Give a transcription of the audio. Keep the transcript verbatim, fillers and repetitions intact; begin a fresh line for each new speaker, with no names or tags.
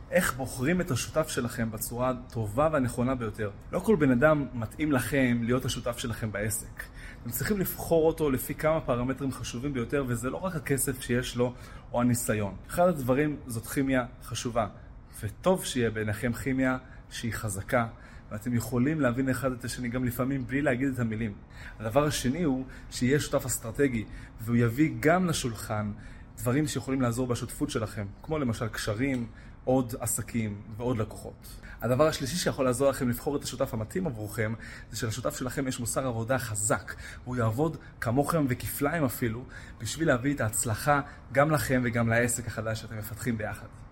איך בוחרים את השותף שלכם בצורה הטובה והנכונה ביותר. לא כל בן אדם מתאים לכם להיות השותף שלכם בעסק. אתם צריכים לבחור אותו לפי כמה פרמטרים חשובים ביותר, וזה לא רק הכסף שיש לו או הניסיון. אחד הדברים זאת כימיה חשובה, וטוב שיהיה ביניכם כימיה שהיא חזקה, ואתם יכולים להבין אחד את השני גם לפעמים בלי להגיד את המילים. הדבר השני הוא שיהיה שותף אסטרטגי, והוא יביא גם לשולחן דברים שיכולים לעזור בשותפות שלכם, כמו למשל קשרים, עוד עסקים ועוד לקוחות. הדבר השלישי שיכול לעזור לכם לבחור את השותף המתאים עבורכם, זה שלשותף שלכם יש מוסר עבודה חזק. הוא יעבוד כמוכם וכפליים אפילו, בשביל להביא את ההצלחה גם לכם וגם לעסק החדש שאתם מפתחים ביחד.